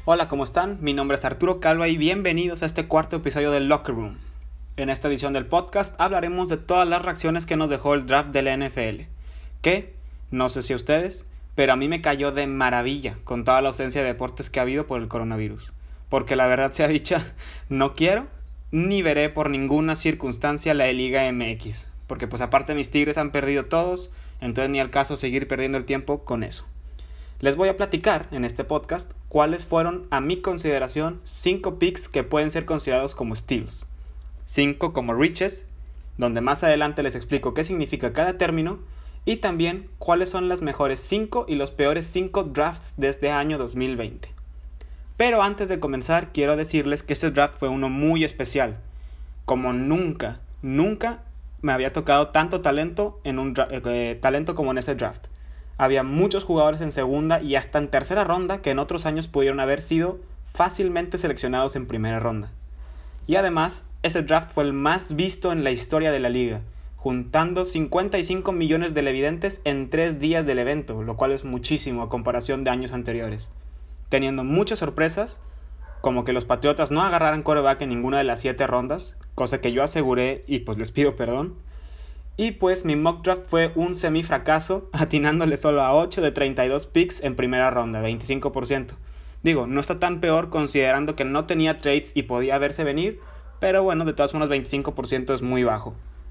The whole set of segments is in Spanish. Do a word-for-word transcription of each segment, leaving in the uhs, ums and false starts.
Hola, ¿cómo están? Mi nombre es Arturo Calva y bienvenidos a este cuarto episodio del Locker Room. En esta edición del podcast hablaremos de todas las reacciones que nos dejó el draft de la N F L, que, no sé si a ustedes, pero a mí me cayó de maravilla con toda la ausencia de deportes que ha habido por el coronavirus. Porque la verdad sea dicha, no quiero ni veré por ninguna circunstancia la Liga M X, porque pues aparte mis Tigres han perdido todos, entonces ni al caso seguir perdiendo el tiempo con eso. Les voy a platicar en este podcast cuáles fueron, a mi consideración, cinco picks que pueden ser considerados como steals, cinco como reaches, donde más adelante les explico qué significa cada término, y también cuáles son las mejores cinco y los peores cinco drafts de este año dos mil veinte. Pero antes de comenzar, quiero decirles que este draft fue uno muy especial. Como nunca, nunca me había tocado tanto talento, en un dra- eh, talento como en este draft. Había muchos jugadores en segunda y hasta en tercera ronda que en otros años pudieron haber sido fácilmente seleccionados en primera ronda. Y además, ese draft fue el más visto en la historia de la liga, juntando cincuenta y cinco millones de televidentes en tres días del evento, lo cual es muchísimo a comparación de años anteriores. Teniendo muchas sorpresas, como que los Patriotas no agarraran quarterback en ninguna de las siete rondas, cosa que yo aseguré y pues les pido perdón. Y pues mi mock draft fue un semifracaso, atinándole solo a ocho de treinta y dos picks en primera ronda, veinticinco por ciento. Digo, no está tan peor considerando que no tenía trades y podía verse venir, pero bueno, de todas formas veinticinco por ciento es muy bajo.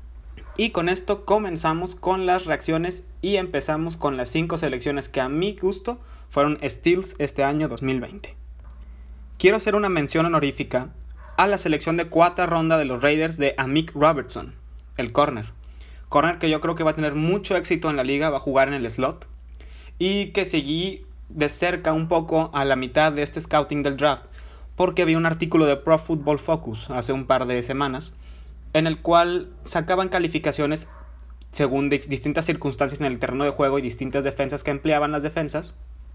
Y con esto comenzamos con las reacciones y empezamos con las cinco selecciones que a mi gusto fueron steals este año dos mil veinte. Quiero hacer una mención honorífica a la selección de cuarta ronda de los Raiders de Amik Robertson, el corner. Corner que yo creo que va a tener mucho éxito en la liga, va a jugar en el slot. Y que seguí de cerca un poco a la mitad de este scouting del draft, porque vi un artículo de Pro Football Focus hace un par de semanas, en el cual sacaban calificaciones según de distintas circunstancias en el terreno de juego y distintas defensas que empleaban las defensas.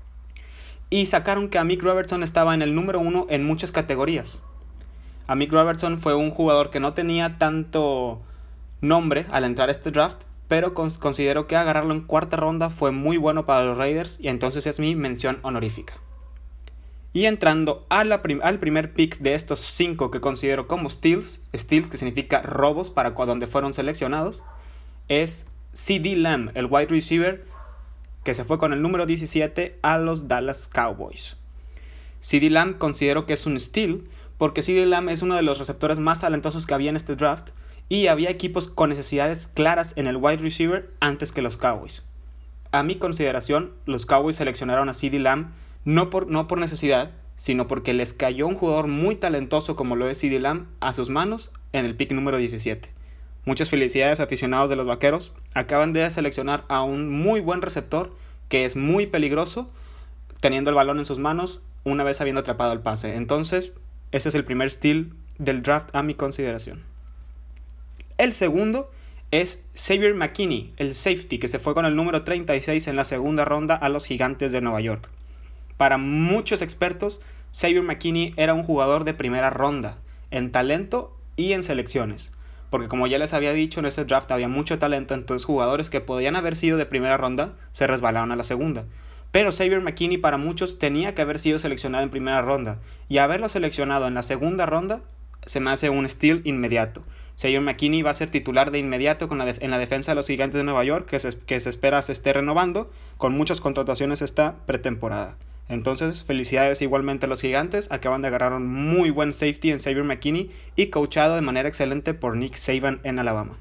Y sacaron que Amik Robertson estaba en el número uno en muchas categorías. Amik Robertson fue un jugador que no tenía tanto nombre al entrar a este draft, pero cons- considero que agarrarlo en cuarta ronda fue muy bueno para los Raiders y entonces es mi mención honorífica. Y entrando a la prim- al primer pick de estos cinco que considero como steals, steals que significa robos para cu- donde fueron seleccionados, es CeeDee Lamb, el wide receiver que se fue con el número diecisiete a los Dallas Cowboys. CeeDee Lamb considero que es un steal porque CeeDee Lamb es uno de los receptores más talentosos que había en este draft y había equipos con necesidades claras en el wide receiver antes que los Cowboys. A mi consideración, los Cowboys seleccionaron a CeeDee Lamb no por, no por necesidad, sino porque les cayó un jugador muy talentoso como lo es CeeDee Lamb a sus manos en el pick número diecisiete. Muchas felicidades, aficionados de los Vaqueros. Acaban de seleccionar a un muy buen receptor que es muy peligroso teniendo el balón en sus manos una vez habiendo atrapado el pase. Entonces, ese es el primer steal del draft a mi consideración. El segundo es Xavier McKinney, el safety que se fue con el número treinta y seis en la segunda ronda a los Gigantes de Nueva York. Para muchos expertos, Xavier McKinney era un jugador de primera ronda, en talento y en selecciones. Porque como ya les había dicho, en este draft había mucho talento, entonces jugadores que podían haber sido de primera ronda se resbalaron a la segunda. Pero Xavier McKinney para muchos tenía que haber sido seleccionado en primera ronda, y haberlo seleccionado en la segunda ronda se me hace un steal inmediato. Xavier McKinney va a ser titular de inmediato con la def- en la defensa de los Gigantes de Nueva York, que se, que se espera se esté renovando, con muchas contrataciones esta pretemporada. Entonces, felicidades igualmente a los Gigantes, acaban de agarrar un muy buen safety en Xavier McKinney y coachado de manera excelente por Nick Saban en Alabama.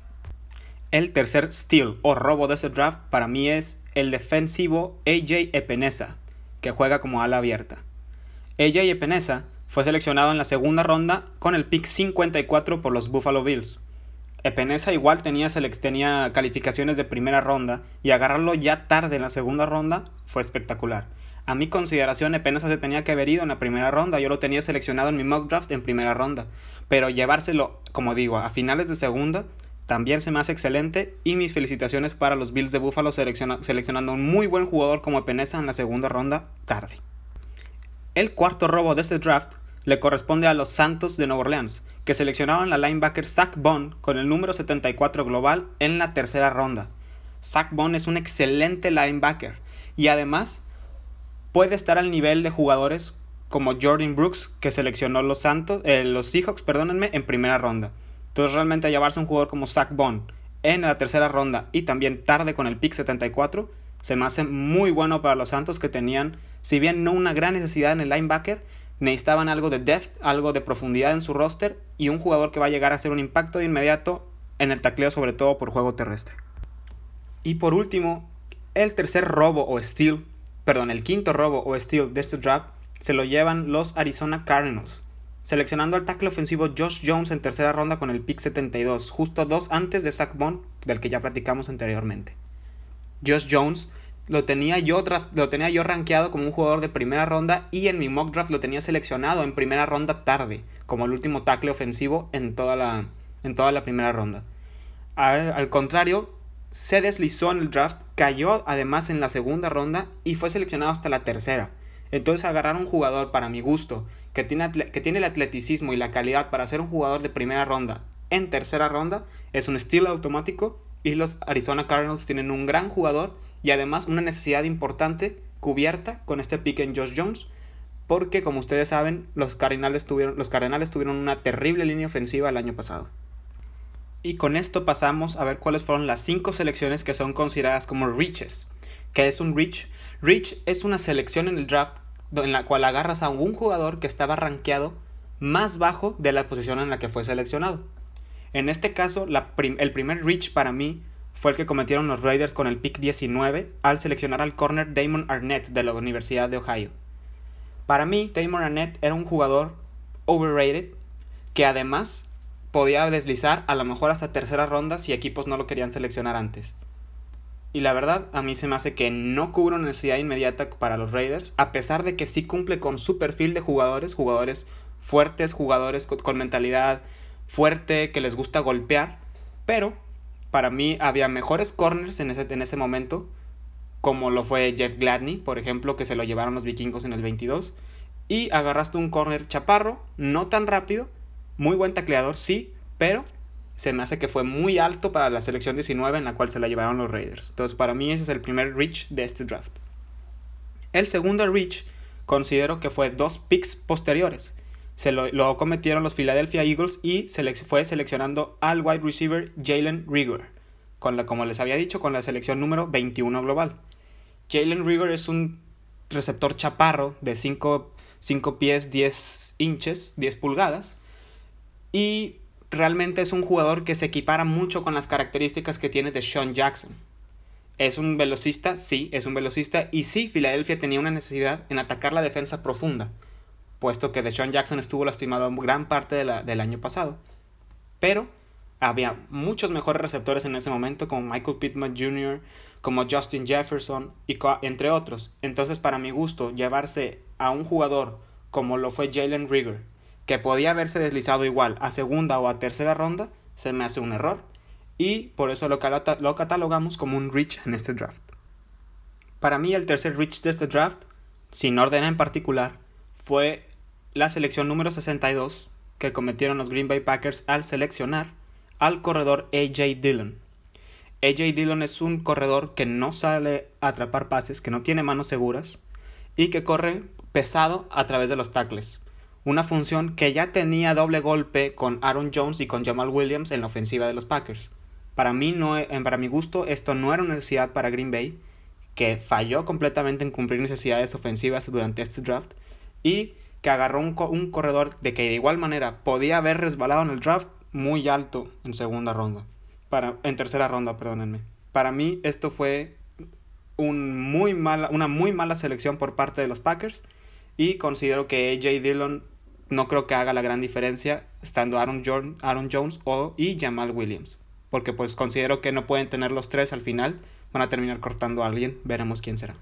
El tercer steal o robo de este draft para mí es el defensivo A J Epenesa, que juega como ala abierta. A J Epenesa fue seleccionado en la segunda ronda con el pick cincuenta y cuatro por los Buffalo Bills. Epenesa igual tenía, selec- tenía calificaciones de primera ronda y agarrarlo ya tarde en la segunda ronda fue espectacular. A mi consideración, Epenesa se tenía que haber ido en la primera ronda. Yo lo tenía seleccionado en mi mock draft en primera ronda. Pero llevárselo, como digo, a finales de segunda también se me hace excelente. Y mis felicitaciones para los Bills de Buffalo selecciona- seleccionando un muy buen jugador como Epenesa en la segunda ronda tarde. El cuarto robo de este draft le corresponde a los Santos de Nueva Orleans, que seleccionaron a la linebacker Zach Bond con el número setenta y cuatro global en la tercera ronda. Zach Bond es un excelente linebacker y además puede estar al nivel de jugadores como Jordan Brooks, que seleccionó los Santos, eh, los Seahawks, perdónenme, en primera ronda. Entonces realmente llevarse un jugador como Zach Bond en la tercera ronda y también tarde con el pick setenta y cuatro, se me hace muy bueno para los Santos, que tenían, si bien no una gran necesidad en el linebacker, necesitaban algo de depth, algo de profundidad en su roster y un jugador que va a llegar a hacer un impacto de inmediato en el tacleo, sobre todo por juego terrestre. Y por último, el tercer robo o steal, perdón, el quinto robo o steal de este draft se lo llevan los Arizona Cardinals, seleccionando al tackle ofensivo Josh Jones en tercera ronda con el pick setenta y dos, justo dos antes de Zach Bond, del que ya platicamos anteriormente. Josh Jones lo tenía yo draft, lo tenía yo rankeado como un jugador de primera ronda y en mi mock draft lo tenía seleccionado en primera ronda tarde, como el último tackle ofensivo en toda la, en toda la primera ronda. Al, al contrario, se deslizó en el draft, cayó además en la segunda ronda y fue seleccionado hasta la tercera. Entonces agarrar un jugador, para mi gusto, que tiene, que tiene el atleticismo y la calidad para ser un jugador de primera ronda en tercera ronda es un steal automático, y los Arizona Cardinals tienen un gran jugador y además una necesidad importante cubierta con este pick en Josh Jones, porque como ustedes saben, los Cardinals tuvieron, los Cardenales tuvieron una terrible línea ofensiva el año pasado. Y con esto pasamos a ver cuáles fueron las cinco selecciones que son consideradas como reaches. ¿Qué es un reach? Reach es una selección en el draft en la cual agarras a un jugador que estaba rankeado más bajo de la posición en la que fue seleccionado. En este caso, la prim- el primer reach para mí fue el que cometieron los Raiders con el pick diecinueve al seleccionar al corner Damon Arnett de la Universidad de Ohio. Para mí, Damon Arnett era un jugador overrated que además podía deslizar a lo mejor hasta tercera ronda si equipos no lo querían seleccionar antes. Y la verdad, a mí se me hace que no cubre una necesidad inmediata para los Raiders, a pesar de que sí cumple con su perfil de jugadores, jugadores fuertes, jugadores con, con mentalidad fuerte, que les gusta golpear, pero para mí había mejores corners en ese, en ese momento, como lo fue Jeff Gladney, por ejemplo, que se lo llevaron los vikingos en el veintidós, y agarraste un corner chaparro, no tan rápido, muy buen tacleador, sí, pero se me hace que fue muy alto para la selección diecinueve en la cual se la llevaron los Raiders. Entonces para mí ese es el primer reach de este draft. El segundo reach considero que fue dos picks posteriores. Se lo, lo cometieron los Philadelphia Eagles y se le fue seleccionando al wide receiver Jalen Reagor, con la, como les había dicho, con la selección número veintiuno global. Jalen Reagor es un receptor chaparro de cinco pies diez inches, diez pulgadas, y realmente es un jugador que se equipara mucho con las características que tiene DeSean Jackson. ¿Es un velocista? Sí, es un velocista. Y sí, Filadelfia tenía una necesidad en atacar la defensa profunda, puesto que DeSean Jackson estuvo lastimado gran parte de la, del año pasado. Pero había muchos mejores receptores en ese momento, como Michael Pittman junior, como Justin Jefferson, y co- entre otros. Entonces, para mi gusto, llevarse a un jugador como lo fue Jalen Reagor, que podía haberse deslizado igual a segunda o a tercera ronda, se me hace un error. Y por eso lo, cata- lo catalogamos como un reach en este draft. Para mí el tercer reach de este draft, sin orden en particular, fue la selección número sesenta y dos que cometieron los Green Bay Packers al seleccionar al corredor A J Dillon. A J Dillon es un corredor que no sale a atrapar pases, que no tiene manos seguras y que corre pesado a través de los tackles. Una función que ya tenía doble golpe con Aaron Jones y con Jamal Williams en la ofensiva de los Packers. Para mí, no, para mi gusto, esto no era una necesidad para Green Bay, que falló completamente en cumplir necesidades ofensivas durante este draft, y que agarró un, un corredor de que de igual manera podía haber resbalado en el draft muy alto en segunda ronda, para, en tercera ronda, perdónenme. Para mí esto fue un muy mala, una muy mala selección por parte de los Packers, y considero que A J Dillon no creo que haga la gran diferencia estando Aaron, Jordan, Aaron Jones o, y Jamal Williams, porque pues considero que no pueden tener los tres al final, van a terminar cortando a alguien, veremos quién será.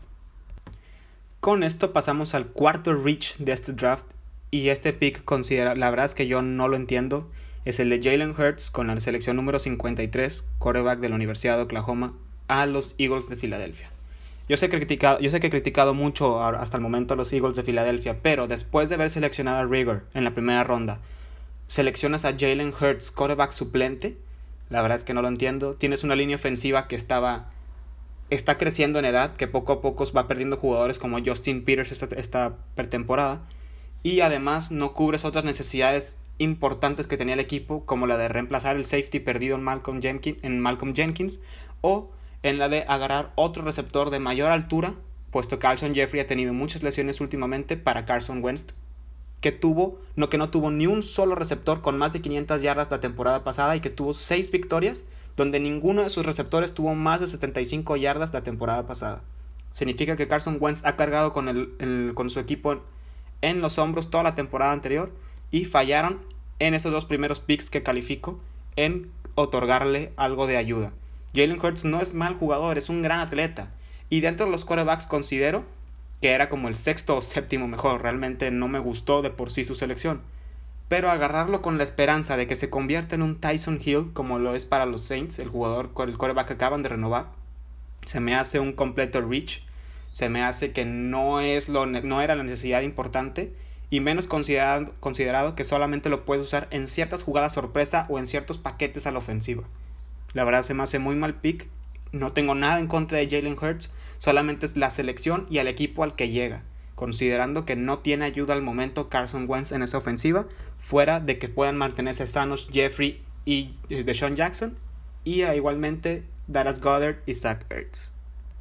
Con esto pasamos al cuarto reach de este draft, y este pick considera, la verdad es que yo no lo entiendo, es el de Jalen Hurts con la selección número cincuenta y tres, quarterback de la Universidad de Oklahoma, a los Eagles de Filadelfia. Yo sé, que he criticado, yo sé que he criticado mucho hasta el momento a los Eagles de Filadelfia, pero después de haber seleccionado a Reagor en la primera ronda, seleccionas a Jalen Hurts, quarterback suplente. La verdad es que no lo entiendo. Tienes una línea ofensiva que estaba está creciendo en edad, que poco a poco va perdiendo jugadores como Justin Peters esta, esta pretemporada, y además no cubres otras necesidades importantes que tenía el equipo, como la de reemplazar el safety perdido en Malcolm Jenkins, en Malcolm Jenkins o en la de agarrar otro receptor de mayor altura, puesto que Alshon Jeffrey ha tenido muchas lesiones últimamente para Carson Wentz, que tuvo, no que no tuvo ni un solo receptor con más de quinientas yardas la temporada pasada y que tuvo seis victorias, donde ninguno de sus receptores tuvo más de setenta y cinco yardas la temporada pasada. Significa que Carson Wentz ha cargado con, el, el, con su equipo en los hombros toda la temporada anterior y fallaron en esos dos primeros picks que califico en otorgarle algo de ayuda. Jalen Hurts no es mal jugador, es un gran atleta. Y dentro de los quarterbacks considero que era como el sexto o séptimo mejor. Realmente no me gustó de por sí su selección. Pero agarrarlo con la esperanza de que se convierta en un Tyson Hill, como lo es para los Saints, el jugador, el quarterback que acaban de renovar, se me hace un completo reach. Se me hace que no, es lo, no era la necesidad importante. Y menos considerado, considerado que solamente lo puedes usar en ciertas jugadas sorpresa o en ciertos paquetes a la ofensiva. La verdad se me hace muy mal pick. No tengo nada en contra de Jalen Hurts, solamente es la selección y el equipo al que llega, considerando que no tiene ayuda al momento Carson Wentz en esa ofensiva, fuera de que puedan mantenerse sanos Jeffrey y DeSean Jackson, y igualmente Dallas Goedert y Zach Ertz.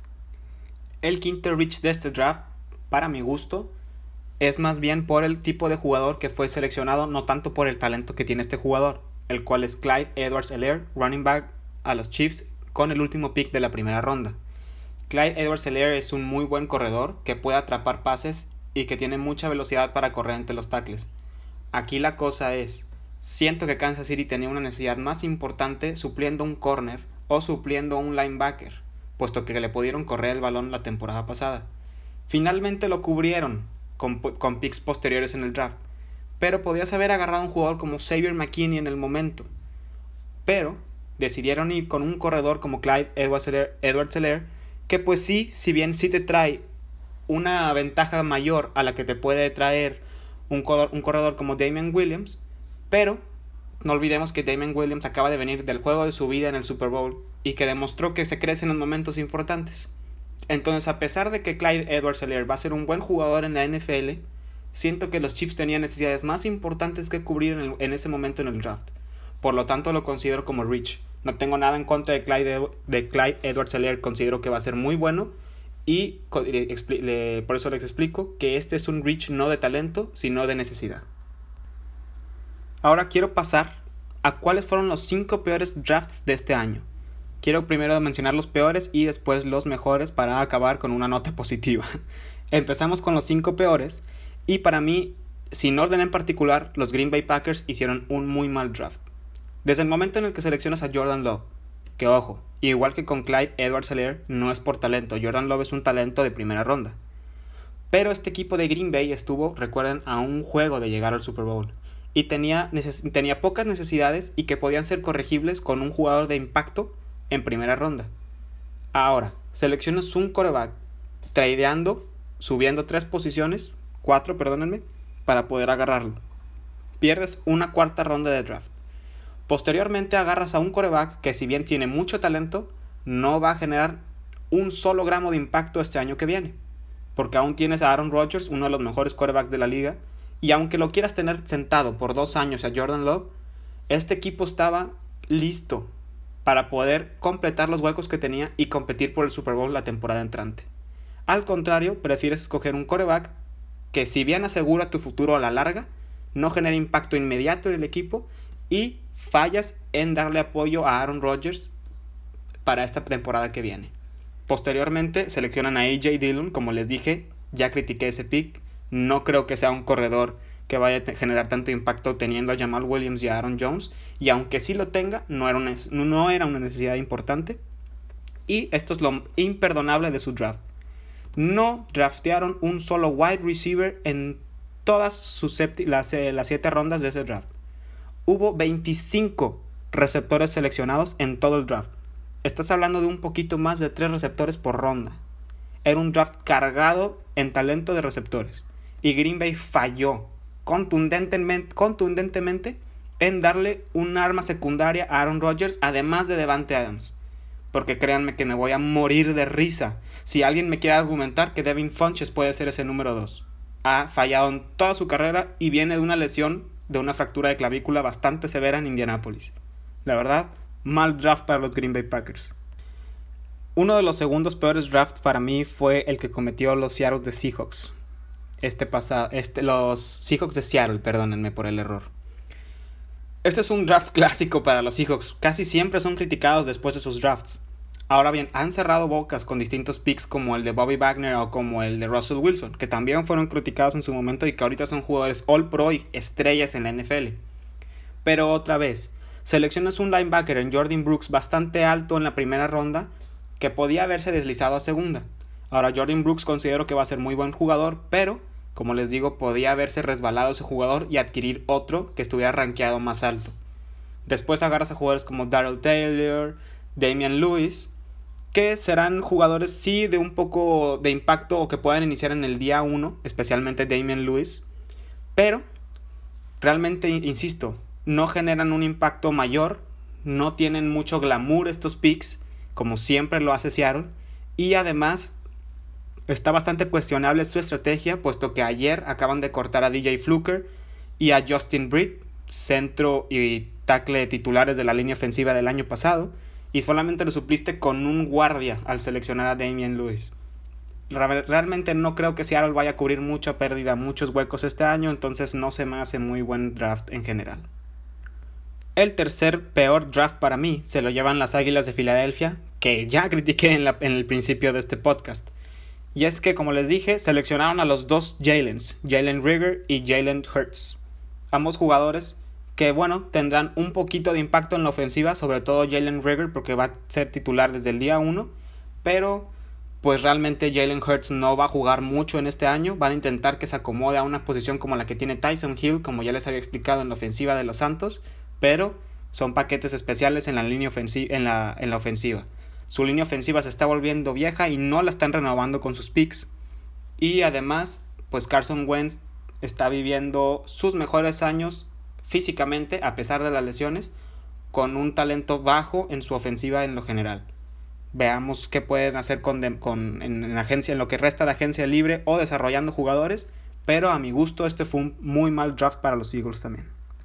El quinto reach de este draft, para mi gusto, es más bien por el tipo de jugador que fue seleccionado, no tanto por el talento que tiene este jugador, el cual es Clyde Edwards-Helaire, running back a los Chiefs, con el último pick de la primera ronda. Clyde Edwards-Helaire es un muy buen corredor que puede atrapar pases y que tiene mucha velocidad para correr entre los tackles. Aquí la cosa es, siento que Kansas City tenía una necesidad más importante supliendo un corner o supliendo un linebacker, puesto que le pudieron correr el balón la temporada pasada. Finalmente lo cubrieron con, con picks posteriores en el draft, pero podías haber agarrado a un jugador como Xavier McKinney en el momento. Pero decidieron ir con un corredor como Clyde Edwards-Helaire, que pues sí, si bien sí te trae una ventaja mayor a la que te puede traer un corredor, un corredor como Damien Williams, pero no olvidemos que Damien Williams acaba de venir del juego de su vida en el Super Bowl y que demostró que se crece en los momentos importantes. Entonces, a pesar de que Clyde Edwards-Helaire va a ser un buen jugador en la N F L, siento que los Chiefs tenían necesidades más importantes que cubrir en, el, en ese momento en el draft. Por lo tanto, lo considero como reach. No tengo nada en contra de Clyde, de Clyde Edwards-Helaire, considero que va a ser muy bueno. Y por eso les explico que este es un reach no de talento, sino de necesidad. Ahora quiero pasar a cuáles fueron los cinco peores drafts de este año. Quiero primero mencionar los peores y después los mejores para acabar con una nota positiva. Empezamos con los cinco peores y para mí, sin orden en particular, los Green Bay Packers hicieron un muy mal draft. Desde el momento en el que seleccionas a Jordan Love, que ojo, igual que con Clyde Edwards-Helaire, no es por talento, Jordan Love es un talento de primera ronda. Pero este equipo de Green Bay estuvo, recuerden, a un juego de llegar al Super Bowl. Y tenía, neces- tenía pocas necesidades y que podían ser corregibles con un jugador de impacto en primera ronda. Ahora, seleccionas un quarterback tradeando, subiendo tres posiciones, cuatro, perdónenme, para poder agarrarlo. Pierdes una cuarta ronda de draft. Posteriormente agarras a un quarterback que si bien tiene mucho talento, no va a generar un solo gramo de impacto este año que viene. Porque aún tienes a Aaron Rodgers, uno de los mejores quarterbacks de la liga, y aunque lo quieras tener sentado por dos años a Jordan Love, este equipo estaba listo para poder completar los huecos que tenía y competir por el Super Bowl la temporada entrante. Al contrario, prefieres escoger un quarterback que si bien asegura tu futuro a la larga, no genera impacto inmediato en el equipo y fallas en darle apoyo a Aaron Rodgers para esta temporada que viene. Posteriormente seleccionan a A J Dillon, como les dije, ya critiqué ese pick, no creo que sea un corredor que vaya a generar tanto impacto teniendo a Jamal Williams y a Aaron Jones, y aunque sí lo tenga, no era una, no era una necesidad importante, y esto es lo imperdonable de su draft. No draftearon un solo wide receiver en todas sus septi- las, eh, las siete rondas de ese draft. Hubo veinticinco receptores seleccionados en todo el draft. Estás hablando de un poquito más de tres receptores por ronda. Era un draft cargado en talento de receptores. Y Green Bay falló contundentemente, contundentemente en darle un arma secundaria a Aaron Rodgers, además de Davante Adams. Porque créanme que me voy a morir de risa si alguien me quiere argumentar que Devin Funchess puede ser ese número dos. ha fallado en toda su carrera y viene de una lesión, de una fractura de clavícula bastante severa en Indianápolis. La verdad, mal draft para los Green Bay Packers. Uno de los segundos peores drafts para mí fue el que cometió los Seattle de Seahawks. Este pasa, este, los Seahawks de Seattle, perdónenme por el error. Este es un draft clásico para los Seahawks. Casi siempre son criticados después de sus drafts. Ahora bien, han cerrado bocas con distintos picks como el de Bobby Wagner o como el de Russell Wilson, que también fueron criticados en su momento y que ahorita son jugadores All Pro y estrellas en la N F L. Pero otra vez, seleccionas un linebacker en Jordan Brooks bastante alto en la primera ronda que podía haberse deslizado a segunda. Ahora Jordan Brooks considero que va a ser muy buen jugador, pero como les digo, podía haberse resbalado ese jugador y adquirir otro que estuviera rankeado más alto. Después agarras a jugadores como Darrell Taylor, Damian Lewis, que serán jugadores sí de un poco de impacto o que puedan iniciar en el día uno, especialmente Damian Lewis, pero realmente, insisto, no generan un impacto mayor, no tienen mucho glamour estos picks, como siempre lo hace Seattle, y además está bastante cuestionable su estrategia, puesto que ayer acaban de cortar a D J Fluker y a Justin Britt, centro y tackle titulares de la línea ofensiva del año pasado, y solamente lo supliste con un guardia al seleccionar a Damian Lewis. Realmente no creo que Seattle vaya a cubrir mucha pérdida, muchos huecos este año, entonces no se me hace muy buen draft en general. El tercer peor draft para mí se lo llevan las Águilas de Filadelfia, que ya critiqué en, la, en el principio de este podcast. Y es que, como les dije, seleccionaron a los dos Jalens, Jalen Reagor y Jalen Hurts. Ambos jugadores que, bueno, tendrán un poquito de impacto en la ofensiva, sobre todo Jalen Reagor, porque va a ser titular desde el día uno, pero pues realmente Jalen Hurts no va a jugar mucho en este año. Van a intentar que se acomode a una posición como la que tiene Tyson Hill, como ya les había explicado en la ofensiva de los Santos, pero son paquetes especiales en la línea ofensiva, en la, en la ofensiva. Su línea ofensiva se está volviendo vieja y no la están renovando con sus picks. Y además, pues Carson Wentz está viviendo sus mejores años físicamente, a pesar de las lesiones, con un talento bajo en su ofensiva en lo general. Veamos qué pueden hacer con, de, con en, en agencia, en lo que resta de agencia libre o desarrollando jugadores, pero a mi gusto este fue un muy mal draft para los Eagles también.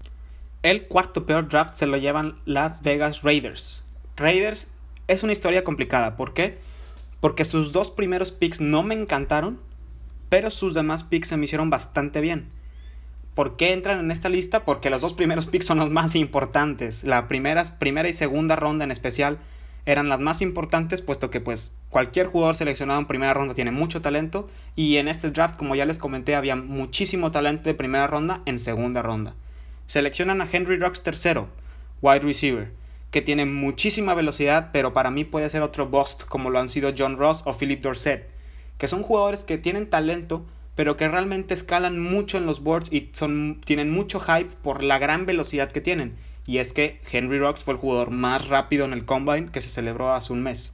El cuarto peor draft se lo llevan Las Vegas Raiders. Raiders es una historia complicada. ¿Por qué? Porque sus dos primeros picks no me encantaron, pero sus demás picks se me hicieron bastante bien. ¿Por qué entran en esta lista? Porque los dos primeros picks son los más importantes. La primera, primera y segunda ronda en especial eran las más importantes, puesto que pues cualquier jugador seleccionado en primera ronda tiene mucho talento, y en este draft, como ya les comenté, había muchísimo talento de primera ronda en segunda ronda. Seleccionan a Henry Ruggs tercero, wide receiver, que tiene muchísima velocidad, pero para mí puede ser otro bust, como lo han sido John Ross o Philip Dorsett, que son jugadores que tienen talento, pero que realmente escalan mucho en los boards y son, tienen mucho hype por la gran velocidad que tienen. Y es que Henry Ruggs fue el jugador más rápido en el Combine que se celebró hace un mes.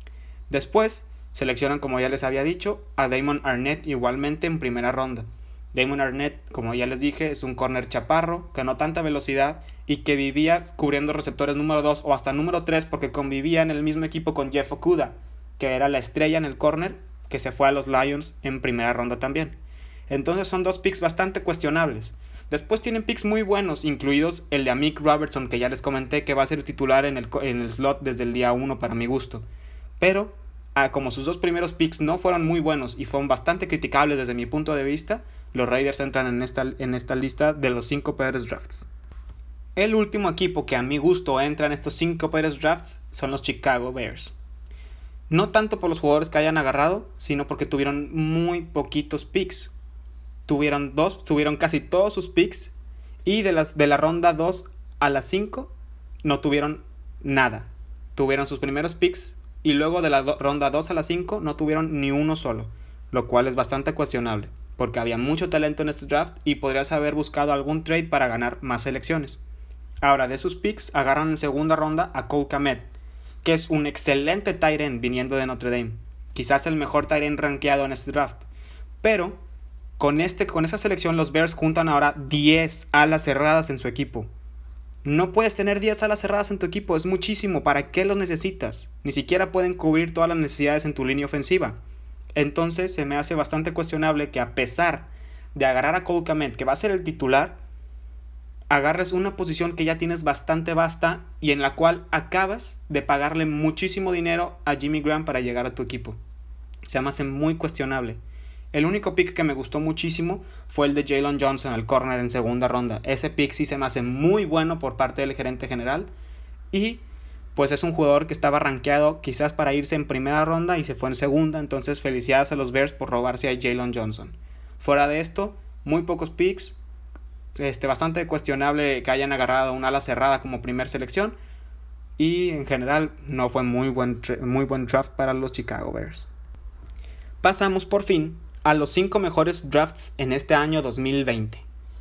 Después seleccionan, como ya les había dicho, a Damon Arnette igualmente en primera ronda. Damon Arnette, como ya les dije, es un corner chaparro, que no tanta velocidad y que vivía cubriendo receptores número dos o hasta número tres porque convivía en el mismo equipo con Jeff Okudah, que era la estrella en el corner, que se fue a los Lions en primera ronda también. Entonces son dos picks bastante cuestionables. Después tienen picks muy buenos, incluidos el de Amik Robertson, que ya les comenté que va a ser titular en el, en el slot desde el día uno para mi gusto. Pero, ah, como sus dos primeros picks no fueron muy buenos y fueron bastante criticables desde mi punto de vista, los Raiders entran en esta, en esta lista de los cinco peores drafts. El último equipo que a mi gusto entra en estos cinco peores drafts son los Chicago Bears. No tanto por los jugadores que hayan agarrado, sino porque tuvieron muy poquitos picks. Tuvieron dos, tuvieron casi todos sus picks, y de, las, de la ronda dos a la cinco no tuvieron nada. Tuvieron sus primeros picks y luego de la do, ronda dos a la cinco no tuvieron ni uno solo, lo cual es bastante cuestionable, porque había mucho talento en este draft y podrías haber buscado algún trade para ganar más selecciones. Ahora, de sus picks agarran en segunda ronda a Cole Kmet, que es un excelente tight end viniendo de Notre Dame, quizás el mejor tight end rankeado en este draft, pero Con, este, con esa selección los Bears juntan ahora diez alas cerradas en su equipo. No puedes tener diez alas cerradas en tu equipo, es muchísimo. ¿Para qué los necesitas? Ni siquiera pueden cubrir todas las necesidades en tu línea ofensiva. Entonces se me hace bastante cuestionable que, a pesar de agarrar a Cole Kmet, que va a ser el titular, agarres una posición que ya tienes bastante vasta y en la cual acabas de pagarle muchísimo dinero a Jimmy Graham para llegar a tu equipo. Se me hace muy cuestionable. El único pick que me gustó muchísimo fue el de Jalen Johnson, el corner en segunda ronda. Ese pick sí se me hace muy bueno por parte del gerente general. Y pues es un jugador que estaba rankeado quizás para irse en primera ronda y se fue en segunda. Entonces felicidades a los Bears por robarse a Jalen Johnson. Fuera de esto, muy pocos picks. Este, bastante cuestionable que hayan agarrado una ala cerrada como primer selección. Y en general no fue muy buen, muy buen draft para los Chicago Bears. Pasamos por fin a los cinco mejores drafts en este año dos mil veinte.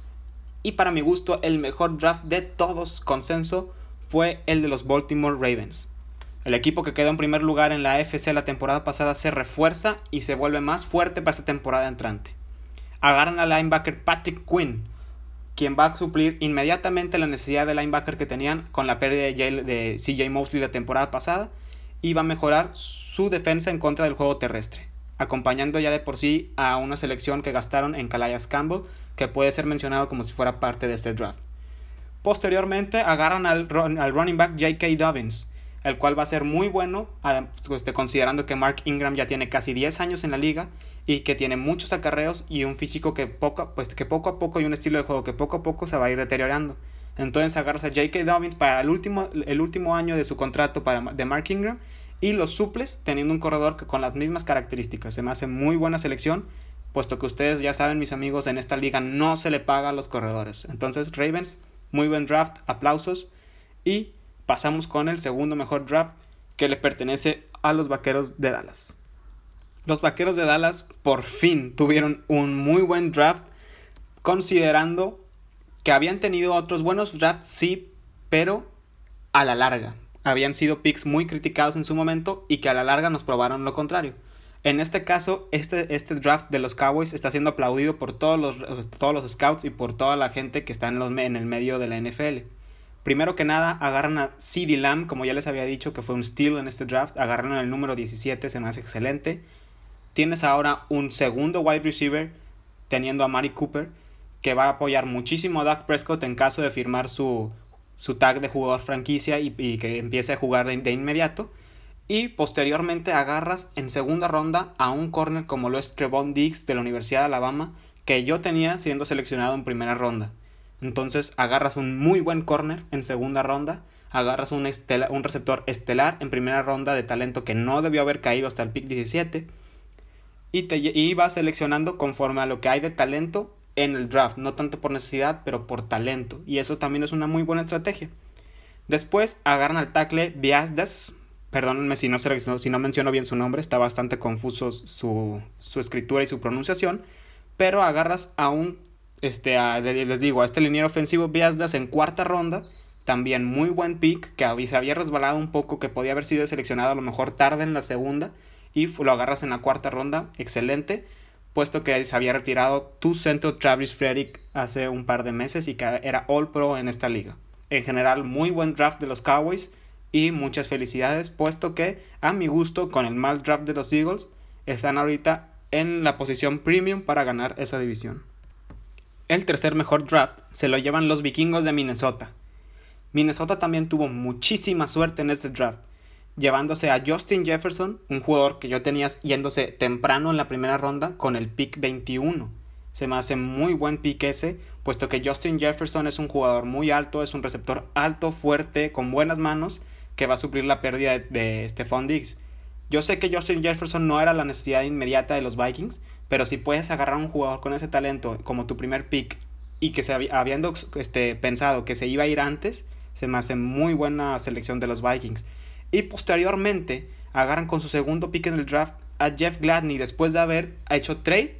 Y para mi gusto, el mejor draft de todos, consenso, fue el de los Baltimore Ravens. El equipo que quedó en primer lugar en la A F C la temporada pasada se refuerza y se vuelve más fuerte para esta temporada entrante. Agarran al linebacker Patrick Quinn, quien va a suplir inmediatamente la necesidad de linebacker que tenían con la pérdida de C J Mosley la temporada pasada, y va a mejorar su defensa en contra del juego terrestre, acompañando ya de por sí a una selección que gastaron en Calais Campbell, que puede ser mencionado como si fuera parte de este draft. Posteriormente agarran al, al running back J K. Dobbins, el cual va a ser muy bueno, este, considerando que Mark Ingram ya tiene casi diez años en la liga y que tiene muchos acarreos y un físico que poco, pues, que poco a poco y un estilo de juego que poco a poco se va a ir deteriorando. Entonces agarras a J K. Dobbins para el último, el último año de su contrato para, de Mark Ingram, y los suples teniendo un corredor que con las mismas características. Se me hace muy buena selección, puesto que ustedes ya saben, mis amigos, en esta liga no se le paga a los corredores. Entonces Ravens, muy buen draft, aplausos. Y pasamos con el segundo mejor draft, que le pertenece a los Vaqueros de Dallas. Los Vaqueros de Dallas por fin tuvieron un muy buen draft, considerando que habían tenido otros buenos drafts, sí, pero a la larga. Habían sido picks muy criticados en su momento y que a la larga nos probaron lo contrario. En este caso, este, este draft de los Cowboys está siendo aplaudido por todos los, todos los scouts y por toda la gente que está en, los, en el medio de la N F L. Primero que nada, agarran a CeeDee Lamb, como ya les había dicho que fue un steal en este draft. Agarran el número diecisiete, se me hace excelente. Tienes ahora un segundo wide receiver, teniendo a Mari Cooper, que va a apoyar muchísimo a Dak Prescott en caso de firmar su... su tag de jugador franquicia y, y que empiece a jugar de, de inmediato. Y posteriormente agarras en segunda ronda a un corner como lo es Trevon Diggs de la Universidad de Alabama, que yo tenía siendo seleccionado en primera ronda. Entonces agarras un muy buen corner en segunda ronda, agarras un, estela, un receptor estelar en primera ronda de talento que no debió haber caído hasta el pick diecisiete, y, te, y vas seleccionando conforme a lo que hay de talento en el draft, no tanto por necesidad, pero por talento, y eso también es una muy buena estrategia. Después agarran al tackle Biasdas, perdónenme si no, si no menciono bien su nombre, está bastante confuso su, su escritura y su pronunciación, pero agarras a un, este, a, les digo, a este liniero ofensivo Biasdas en cuarta ronda, también muy buen pick, que se había resbalado un poco, que podía haber sido seleccionado a lo mejor tarde en la segunda, y lo agarras en la cuarta ronda, excelente, puesto que se había retirado tu centro Travis Frederick hace un par de meses y que era All Pro en esta liga. En general, muy buen draft de los Cowboys y muchas felicidades, puesto que a mi gusto, con el mal draft de los Eagles, están ahorita en la posición premium para ganar esa división. El tercer mejor draft se lo llevan los Vikingos de Minnesota. Minnesota también tuvo muchísima suerte en este draft, llevándose a Justin Jefferson, un jugador que yo tenía yéndose temprano en la primera ronda con el pick veintiuno. Se me hace muy buen pick ese, puesto que Justin Jefferson es un jugador muy alto, es un receptor alto, fuerte, con buenas manos, que va a suplir la pérdida de, de Stephon Diggs. Yo sé que Justin Jefferson no era la necesidad inmediata de los Vikings, pero si puedes agarrar a un jugador con ese talento como tu primer pick y que se habiendo este, pensado que se iba a ir antes, se me hace muy buena selección de los Vikings. Y posteriormente agarran con su segundo pick en el draft a Jeff Gladney después de haber hecho trade.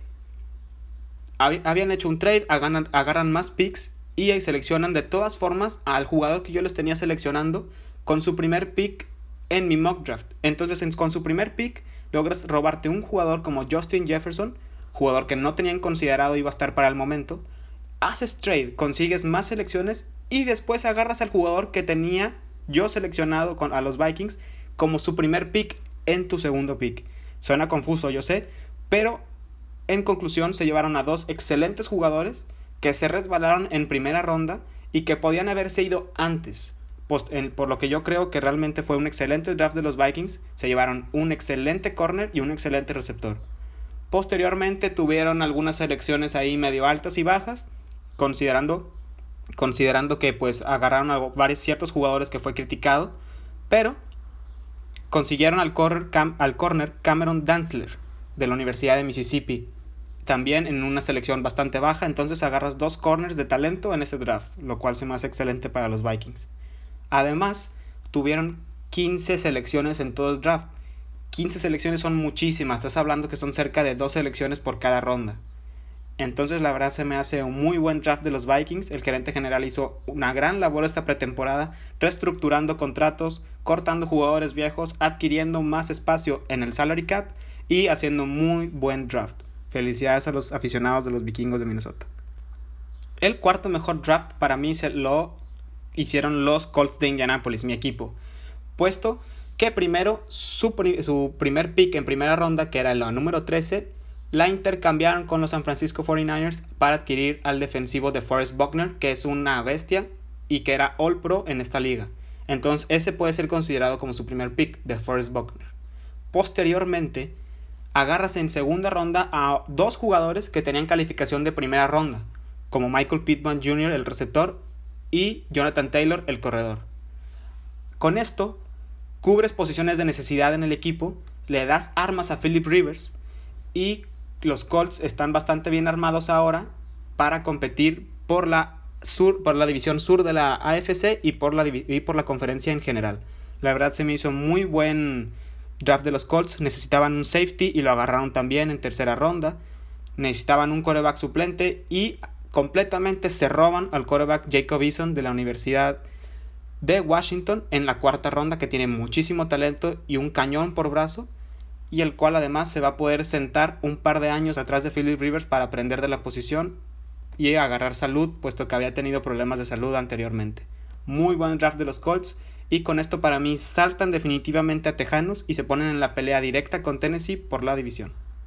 Habían hecho un trade, agarran, agarran más picks y seleccionan de todas formas al jugador que yo les tenía seleccionando con su primer pick en mi mock draft. Entonces con su primer pick logras robarte un jugador como Justin Jefferson, jugador que no tenían considerado iba a estar para el momento. Haces trade, consigues más selecciones y después agarras al jugador que tenía yo seleccionado con, a los Vikings como su primer pick en tu segundo pick. Suena confuso, yo sé, pero En conclusión, se llevaron a dos excelentes jugadores que se resbalaron en primera ronda y que podían haberse ido antes. Por lo que yo creo que realmente fue un excelente draft de los Vikings. Se llevaron un excelente corner y un excelente receptor. Posteriormente tuvieron algunas selecciones ahí medio altas y bajas, considerando, considerando que pues agarraron a varios ciertos jugadores que fue criticado, pero consiguieron al corner, Cam, al corner Cameron Dantzler de la Universidad de Mississippi, también en una selección bastante baja. Entonces agarras dos corners de talento en ese draft, lo cual se me hace excelente para los Vikings. Además, tuvieron quince selecciones en todo el draft. quince selecciones son muchísimas, estás hablando que son cerca de dos selecciones por cada ronda. Entonces la verdad se me hace un muy buen draft de los Vikings. El gerente general hizo una gran labor esta pretemporada, reestructurando contratos, cortando jugadores viejos, adquiriendo más espacio en el salary cap y haciendo un muy buen draft. Felicidades a los aficionados de los Vikingos de Minnesota. El cuarto mejor draft para mí se lo hicieron los Colts de Indianapolis, mi equipo, puesto que primero su, su primer pick en primera ronda, que era la número trece, la intercambiaron con los San Francisco cuarenta y nueve ers para adquirir al defensivo de Forrest Buckner, que es una bestia y que era All Pro en esta liga. Entonces ese puede ser considerado como su primer pick, de Forrest Buckner. Posteriormente agarras en segunda ronda a dos jugadores que tenían calificación de primera ronda, como Michael Pittman junior, el receptor, y Jonathan Taylor, el corredor. Con esto cubres posiciones de necesidad en el equipo, le das armas a Philip Rivers y los Colts están bastante bien armados ahora para competir por la, sur, por la división sur de la A F C y por la, y por la conferencia en general. La verdad se me hizo muy buen draft de los Colts. Necesitaban un safety y lo agarraron también en tercera ronda. Necesitaban un quarterback suplente y completamente se roban al quarterback Jacob Eason de la Universidad de Washington en la cuarta ronda, que tiene muchísimo talento y un cañón por brazo, y el cual además se va a poder sentar un par de años atrás de Philip Rivers para aprender de la posición y agarrar salud, puesto que había tenido problemas de salud anteriormente. Muy buen draft de los Colts, y con esto para mí saltan definitivamente a Tejanos y se ponen en la pelea directa con Tennessee por la división.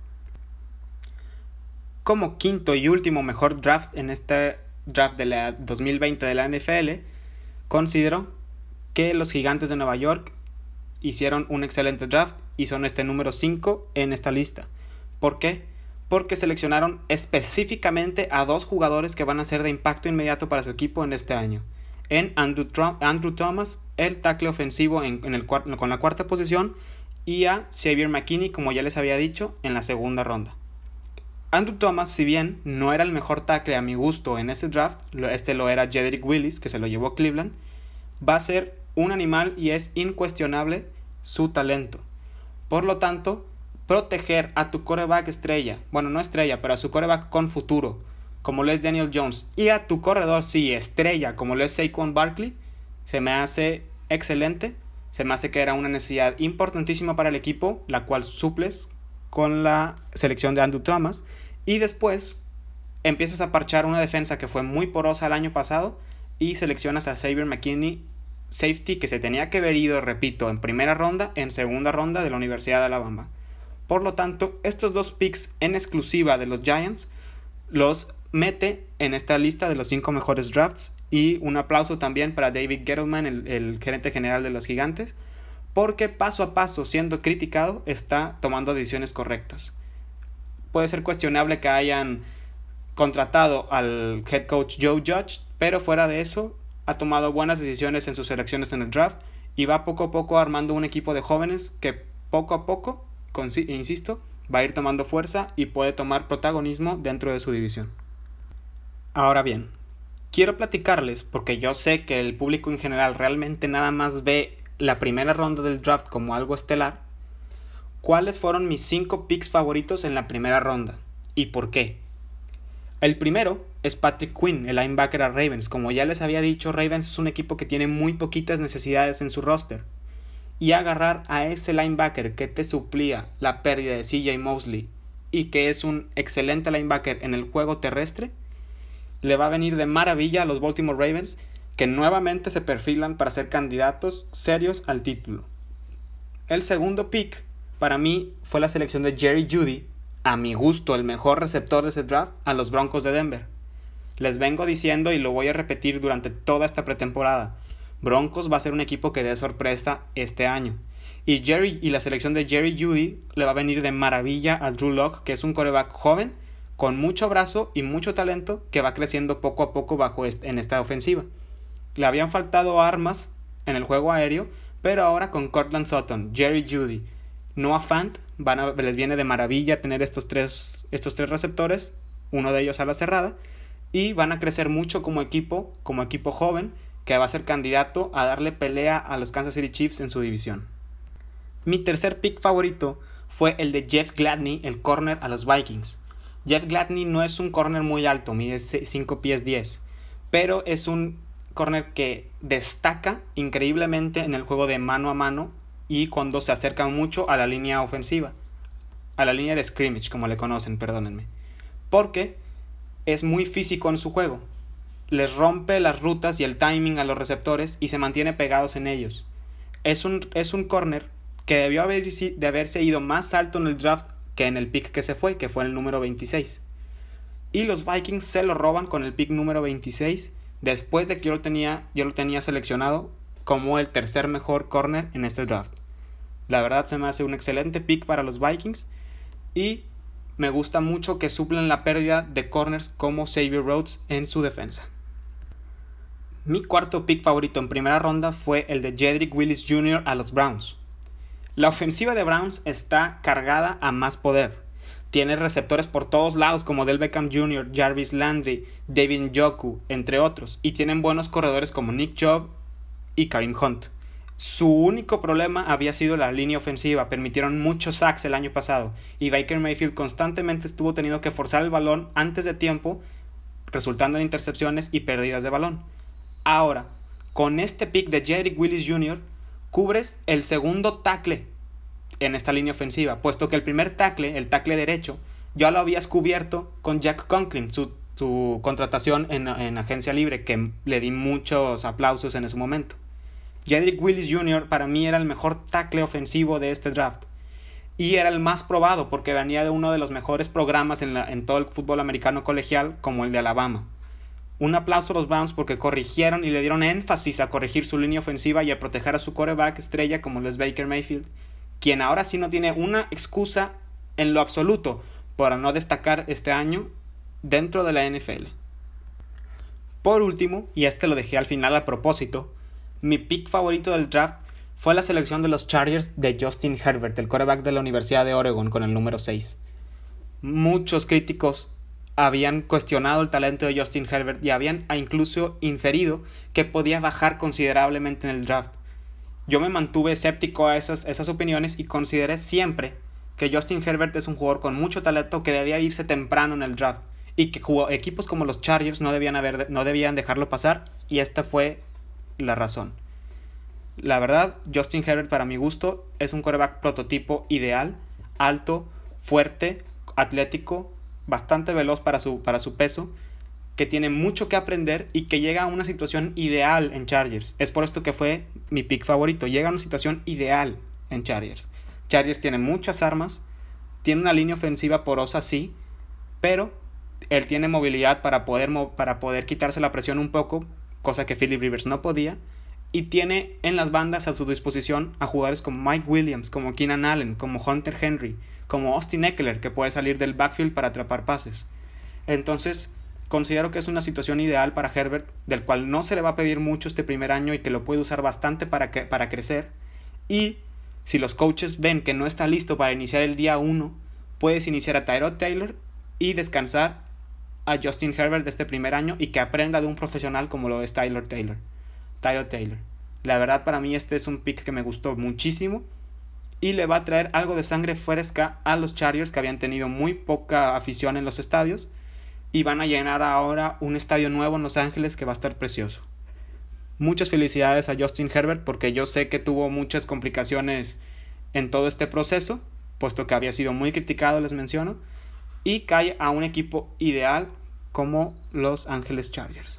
Como quinto y último mejor draft en este draft de la dos mil veinte de la N F L, considero que los Gigantes de Nueva York hicieron un excelente draft y son este número cinco en esta lista. ¿Por qué? Porque seleccionaron específicamente a dos jugadores que van a ser de impacto inmediato para su equipo en este año. En Andrew, Trump, Andrew Thomas, el tackle ofensivo en, en el, con la cuarta posición, y a Xavier McKinney, como ya les había dicho, en la segunda ronda. Andrew Thomas, si bien no era el mejor tackle a mi gusto en ese draft, este lo era Jedrick Willis, que se lo llevó Cleveland, va a ser un animal y es incuestionable su talento. Por lo tanto, proteger a tu quarterback estrella, bueno, no estrella, pero a su quarterback con futuro, como lo es Daniel Jones, y a tu corredor, sí, estrella, como lo es Saquon Barkley, se me hace excelente. Se me hace que era una necesidad importantísima para el equipo, la cual suples con la selección de Andrew Thomas, y después empiezas a parchar una defensa que fue muy porosa el año pasado y seleccionas a Xavier McKinney, safety, que se tenía que haber ido, repito, en primera ronda, en segunda ronda de la Universidad de Alabama. Por lo tanto, estos dos picks en exclusiva de los Giants los mete en esta lista de los cinco mejores drafts, y un aplauso también para David Gettleman, el, el gerente general de los Gigantes, porque paso a paso, siendo criticado, está tomando decisiones correctas. Puede ser cuestionable que hayan contratado al head coach Joe Judge, pero fuera de eso, ha tomado buenas decisiones en sus selecciones en el draft y va poco a poco armando un equipo de jóvenes que poco a poco, con, insisto, va a ir tomando fuerza y puede tomar protagonismo dentro de su división. Ahora bien, quiero platicarles, porque yo sé que el público en general realmente nada más ve la primera ronda del draft como algo estelar, cuáles fueron mis cinco picks favoritos en la primera ronda y por qué. El primero es Patrick Quinn, el linebacker a Ravens. Como ya les había dicho, Ravens es un equipo que tiene muy poquitas necesidades en su roster, y agarrar a ese linebacker que te suplía la pérdida de C J Mosley y que es un excelente linebacker en el juego terrestre, le va a venir de maravilla a los Baltimore Ravens, que nuevamente se perfilan para ser candidatos serios al título. El segundo pick para mí fue la selección de Jerry Jeudy a mi gusto, el mejor receptor de ese draft, a los Broncos de Denver. Les vengo diciendo y lo voy a repetir durante toda esta pretemporada. Broncos va a ser un equipo que dé sorpresa este año. Y Jerry y la selección de Jerry Jeudy le va a venir de maravilla a Drew Lock, que es un quarterback joven, con mucho brazo y mucho talento, que va creciendo poco a poco bajo este, en esta ofensiva. Le habían faltado armas en el juego aéreo, pero ahora con Courtland Sutton, Jerry Jeudy, Noah Fant, van a, les viene de maravilla tener estos tres, estos tres receptores, uno de ellos a la cerrada, y van a crecer mucho como equipo, como equipo joven, que va a ser candidato a darle pelea a los Kansas City Chiefs en su división. Mi tercer pick favorito fue el de Jeff Gladney, el corner a los Vikings. Jeff Gladney no es un corner muy alto, mide cinco pies diez, pero es un corner que destaca increíblemente en el juego de mano a mano y cuando se acerca mucho a la línea ofensiva, a la línea de scrimmage, como le conocen, perdónenme, porque es muy físico en su juego. Les rompe las rutas y el timing a los receptores y se mantiene pegados en ellos. Es un, es un corner que debió haber, de haberse ido más alto en el draft que en el pick que se fue, que fue el número veintiséis. Y los Vikings se lo roban con el pick número veintiséis, después de que yo lo tenía, yo lo tenía seleccionado como el tercer mejor corner en este draft. La verdad se me hace un excelente pick para los Vikings y me gusta mucho que suplen la pérdida de corners como Xavier Rhodes en su defensa. Mi cuarto pick favorito en primera ronda fue el de Jedrick Willis junior a los Browns. La ofensiva de Browns está cargada a más poder. Tiene receptores por todos lados como Del Beckham junior, Jarvis Landry, David Njoku, entre otros. Y tienen buenos corredores como Nick Chubb y Kareem Hunt. Su único problema había sido la línea ofensiva. Permitieron muchos sacks el año pasado. Y Baker Mayfield constantemente estuvo teniendo que forzar el balón antes de tiempo, resultando en intercepciones y pérdidas de balón. Ahora, con este pick de Jedrick Willis junior, cubres el segundo tackle en esta línea ofensiva, puesto que el primer tackle, el tackle derecho, ya lo habías cubierto con Jack Conklin, su, su contratación en, en agencia libre, que le di muchos aplausos en ese momento. Jedrick Willis junior para mí era el mejor tackle ofensivo de este draft, y era el más probado porque venía de uno de los mejores programas en, la, en todo el fútbol americano colegial, como el de Alabama. Un aplauso a los Browns porque corrigieron y le dieron énfasis a corregir su línea ofensiva y a proteger a su quarterback estrella como lo es Baker Mayfield, quien ahora sí no tiene una excusa en lo absoluto para no destacar este año dentro de la N F L. Por último, y este lo dejé al final a propósito, mi pick favorito del draft fue la selección de los Chargers de Justin Herbert, el quarterback de la Universidad de Oregon con el número seis. Muchos críticos habían cuestionado el talento de Justin Herbert y habían incluso inferido que podía bajar considerablemente en el draft. Yo me mantuve escéptico a esas, esas opiniones y consideré siempre que Justin Herbert es un jugador con mucho talento que debía irse temprano en el draft y que jugó, equipos como los Chargers no debían, haber, no debían dejarlo pasar, y esta fue la razón. La verdad, Justin Herbert para mi gusto es un quarterback prototipo ideal, alto, fuerte, atlético, bastante veloz para su, para su peso, que tiene mucho que aprender y que llega a una situación ideal en Chargers. Es por esto que fue mi pick favorito. Llega a una situación ideal en Chargers. Chargers tiene muchas armas, tiene una línea ofensiva porosa, sí, pero él tiene movilidad para poder, para poder quitarse la presión un poco, cosa que Philip Rivers no podía, y tiene en las bandas a su disposición a jugadores como Mike Williams, como Keenan Allen, como Hunter Henry, como Austin Ekeler, que puede salir del backfield para atrapar pases. Entonces, considero que es una situación ideal para Herbert, del cual no se le va a pedir mucho este primer año y que lo puede usar bastante para, que, para crecer. Y si los coaches ven que no está listo para iniciar el día uno, puedes iniciar a Tyrod Taylor y descansar a Justin Herbert de este primer año y que aprenda de un profesional como lo es Tyrod Taylor. Tyrod Taylor. La verdad, para mí este es un pick que me gustó muchísimo y le va a traer algo de sangre fresca a los Chargers, que habían tenido muy poca afición en los estadios, y van a llenar ahora un estadio nuevo en Los Ángeles que va a estar precioso. Muchas felicidades a Justin Herbert, porque yo sé que tuvo muchas complicaciones en todo este proceso, puesto que había sido muy criticado, les menciono, y cae a un equipo ideal como Los Ángeles Chargers.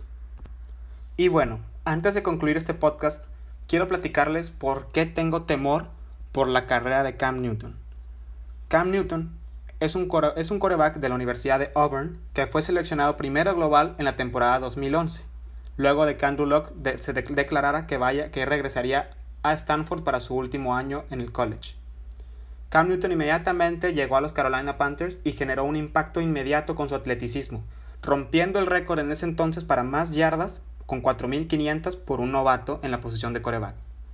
Y bueno, antes de concluir este podcast, quiero platicarles por qué tengo temor por la carrera de Cam Newton. Cam Newton es un, core, es un quarterback de la Universidad de Auburn que fue seleccionado primero global en la temporada dos mil once, luego de que Andrew Luck de, se de, declarara que, vaya, que regresaría a Stanford para su último año en el college. Cam Newton inmediatamente llegó a los Carolina Panthers y generó un impacto inmediato con su atleticismo, rompiendo el récord en ese entonces para más yardas con cuatro mil quinientas por un novato en la posición de quarterback.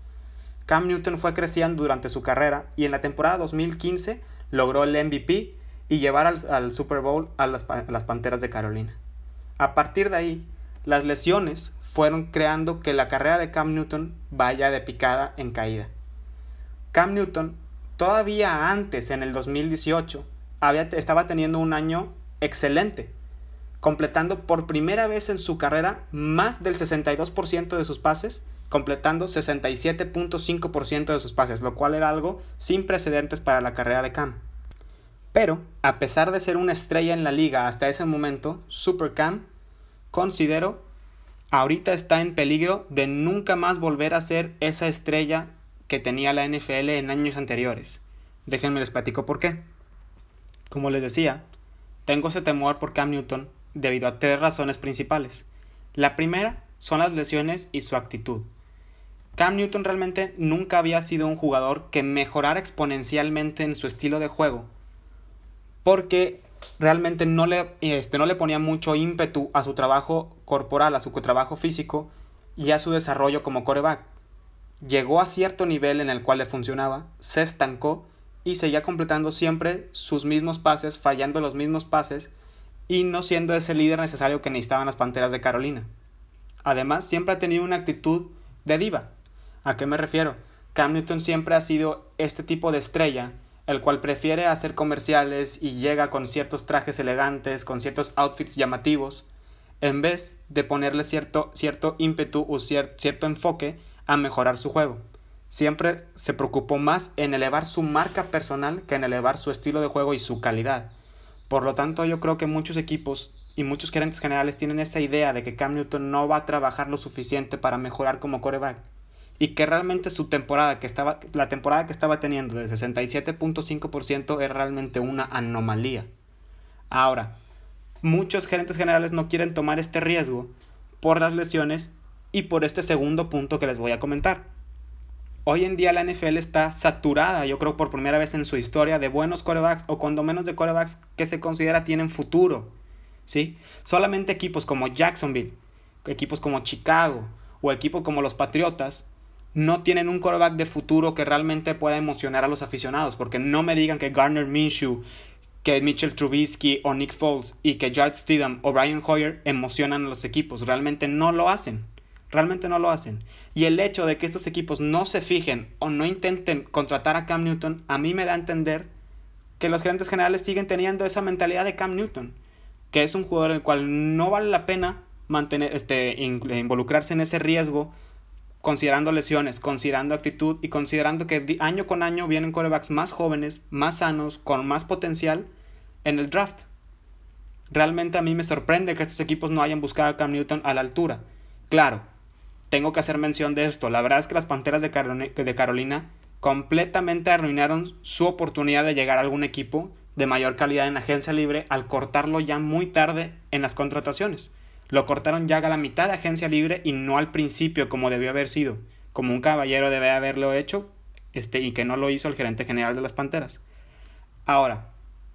Cam Newton fue creciendo durante su carrera y en la temporada dos mil quince logró el M V P y llevar al, al Super Bowl a las, a las Panteras de Carolina. A partir de ahí, las lesiones fueron creando que la carrera de Cam Newton vaya de picada en caída. Cam Newton, todavía antes, en el dos mil dieciocho, había, estaba teniendo un año excelente, completando por primera vez en su carrera más del sesenta y dos por ciento de sus pases, completando sesenta y siete punto cinco por ciento de sus pases, lo cual era algo sin precedentes para la carrera de Cam. Pero, a pesar de ser una estrella en la liga hasta ese momento, Super Cam, considero, ahorita está en peligro de nunca más volver a ser esa estrella que tenía la N F L en años anteriores. Déjenme les platico por qué. Como les decía, tengo ese temor por Cam Newton debido a tres razones principales. La primera son las lesiones y su actitud. Cam Newton realmente nunca había sido un jugador que mejorara exponencialmente en su estilo de juego, porque realmente no le, este, no le ponía mucho ímpetu a su trabajo corporal, a su trabajo físico y a su desarrollo como quarterback. Llegó a cierto nivel en el cual le funcionaba, se estancó y seguía completando siempre sus mismos pases, fallando los mismos pases y no siendo ese líder necesario que necesitaban las Panteras de Carolina. Además, siempre ha tenido una actitud de diva. ¿A qué me refiero? Cam Newton siempre ha sido este tipo de estrella, el cual prefiere hacer comerciales y llega con ciertos trajes elegantes, con ciertos outfits llamativos, en vez de ponerle cierto, cierto ímpetu o cier, cierto enfoque a mejorar su juego. Siempre se preocupó más en elevar su marca personal que en elevar su estilo de juego y su calidad. Por lo tanto, yo creo que muchos equipos y muchos gerentes generales tienen esa idea de que Cam Newton no va a trabajar lo suficiente para mejorar como quarterback y que realmente su temporada que estaba, la temporada que estaba teniendo de sesenta y siete punto cinco por ciento es realmente una anomalía. Ahora, muchos gerentes generales no quieren tomar este riesgo por las lesiones y por este segundo punto que les voy a comentar. Hoy en día la N F L está saturada, yo creo por primera vez en su historia, de buenos quarterbacks o cuando menos de quarterbacks que se considera tienen futuro, ¿sí? Solamente equipos como Jacksonville, equipos como Chicago o equipos como los Patriotas no tienen un quarterback de futuro que realmente pueda emocionar a los aficionados, porque no me digan que Gardner Minshew, que Mitchell Trubisky o Nick Foles y que Jarrett Stidham o Brian Hoyer emocionan a los equipos. Realmente no lo hacen. Realmente no lo hacen. Y el hecho de que estos equipos no se fijen o no intenten contratar a Cam Newton, a mí me da a entender que los gerentes generales siguen teniendo esa mentalidad de Cam Newton, que es un jugador en el cual no vale la pena mantener, este, involucrarse en ese riesgo, considerando lesiones, considerando actitud y considerando que año con año vienen quarterbacks más jóvenes, más sanos, con más potencial en el draft. Realmente a mí me sorprende que estos equipos no hayan buscado a Cam Newton a la altura. Claro, tengo que hacer mención de esto. La verdad es que las Panteras de Carolina, de Carolina completamente arruinaron su oportunidad de llegar a algún equipo de mayor calidad en agencia libre al cortarlo ya muy tarde en las contrataciones. Lo cortaron ya a la mitad de agencia libre y no al principio como debió haber sido, como un caballero debe haberlo hecho, este, y que no lo hizo el gerente general de las Panteras. Ahora,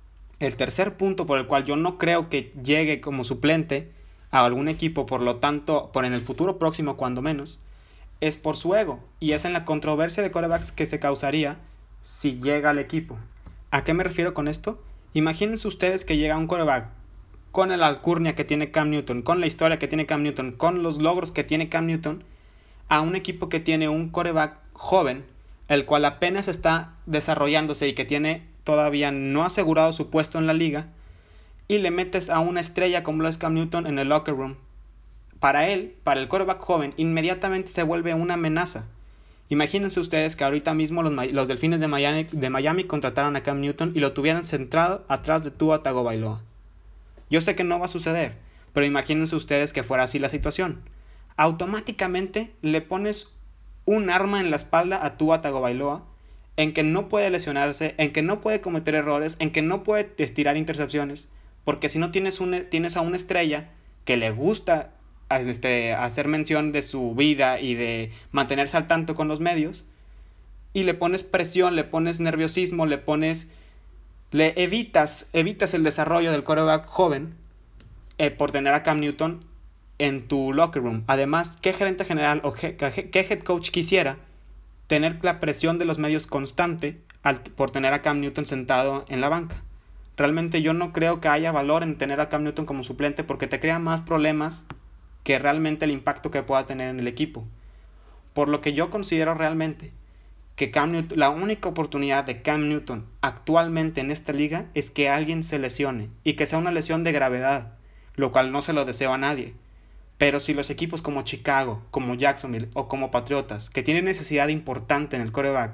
el tercer punto por el cual yo no creo que llegue como suplente a algún equipo, por lo tanto, por en el futuro próximo cuando menos, es por su ego, y es en la controversia de quarterbacks que se causaría si llega al equipo. ¿A qué me refiero con esto? Imagínense ustedes que llega un quarterback con la alcurnia que tiene Cam Newton, con la historia que tiene Cam Newton, con los logros que tiene Cam Newton, a un equipo que tiene un quarterback joven, el cual apenas está desarrollándose y que tiene todavía no asegurado su puesto en la liga, y le metes a una estrella como lo es Cam Newton en el locker room. Para él, para el quarterback joven, inmediatamente se vuelve una amenaza. Imagínense ustedes que ahorita mismo los, los Delfines de Miami, de Miami contrataran a Cam Newton y lo tuvieran centrado atrás de Tua Tagovailoa. Yo sé que no va a suceder, pero imagínense ustedes que fuera así la situación. Automáticamente le pones un arma en la espalda a Tua Tagovailoa en que no puede lesionarse, en que no puede cometer errores, en que no puede estirar intercepciones, porque si no tienes, un, tienes a una estrella que le gusta este, hacer mención de su vida y de mantenerse al tanto con los medios, y le pones presión, le pones nerviosismo, le pones... le evitas, evitas el desarrollo del quarterback joven eh, por tener a Cam Newton en tu locker room. Además, ¿qué gerente general o qué, qué head coach quisiera tener la presión de los medios constante al, por tener a Cam Newton sentado en la banca? Realmente yo no creo que haya valor en tener a Cam Newton como suplente, porque te crea más problemas que realmente el impacto que pueda tener en el equipo. Por lo que yo considero realmente que Cam Newton, la única oportunidad de Cam Newton actualmente en esta liga es que alguien se lesione, y que sea una lesión de gravedad, lo cual no se lo deseo a nadie. Pero si los equipos como Chicago, como Jacksonville o como Patriotas, que tienen necesidad importante en el quarterback,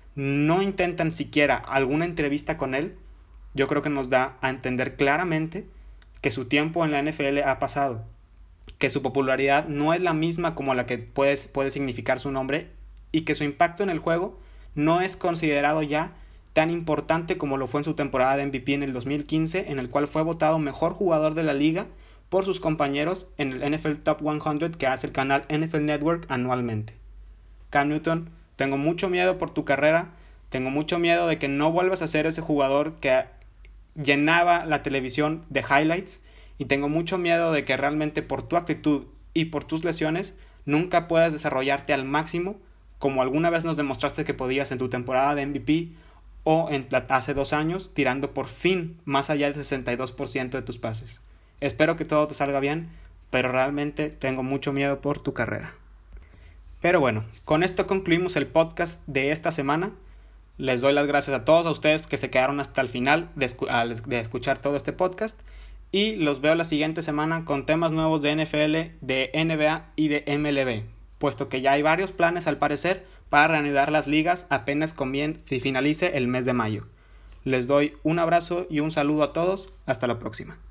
no intentan siquiera alguna entrevista con él, yo creo que nos da a entender claramente que su tiempo en la N F L ha pasado, que su popularidad no es la misma como la que puede, puede significar su nombre, y que su impacto en el juego no es considerado ya tan importante como lo fue en su temporada de M V P en el dos mil quince, en el cual fue votado mejor jugador de la liga por sus compañeros en el N F L Top cien que hace el canal N F L Network anualmente. Cam Newton, tengo mucho miedo por tu carrera, tengo mucho miedo de que no vuelvas a ser ese jugador que llenaba la televisión de highlights, y tengo mucho miedo de que realmente por tu actitud y por tus lesiones nunca puedas desarrollarte al máximo como alguna vez nos demostraste que podías en tu temporada de M V P o en, hace dos años, tirando por fin más allá del sesenta y dos por ciento de tus pases. Espero que todo te salga bien, pero realmente tengo mucho miedo por tu carrera. Pero bueno, con esto concluimos el podcast de esta semana. Les doy las gracias a todos a ustedes que se quedaron hasta el final de, escu- de escuchar todo este podcast, y los veo la siguiente semana con temas nuevos de N F L, de N B A y de M L B, puesto que ya hay varios planes al parecer para reanudar las ligas apenas comien- finalice el mes de mayo. Les doy un abrazo y un saludo a todos. Hasta la próxima.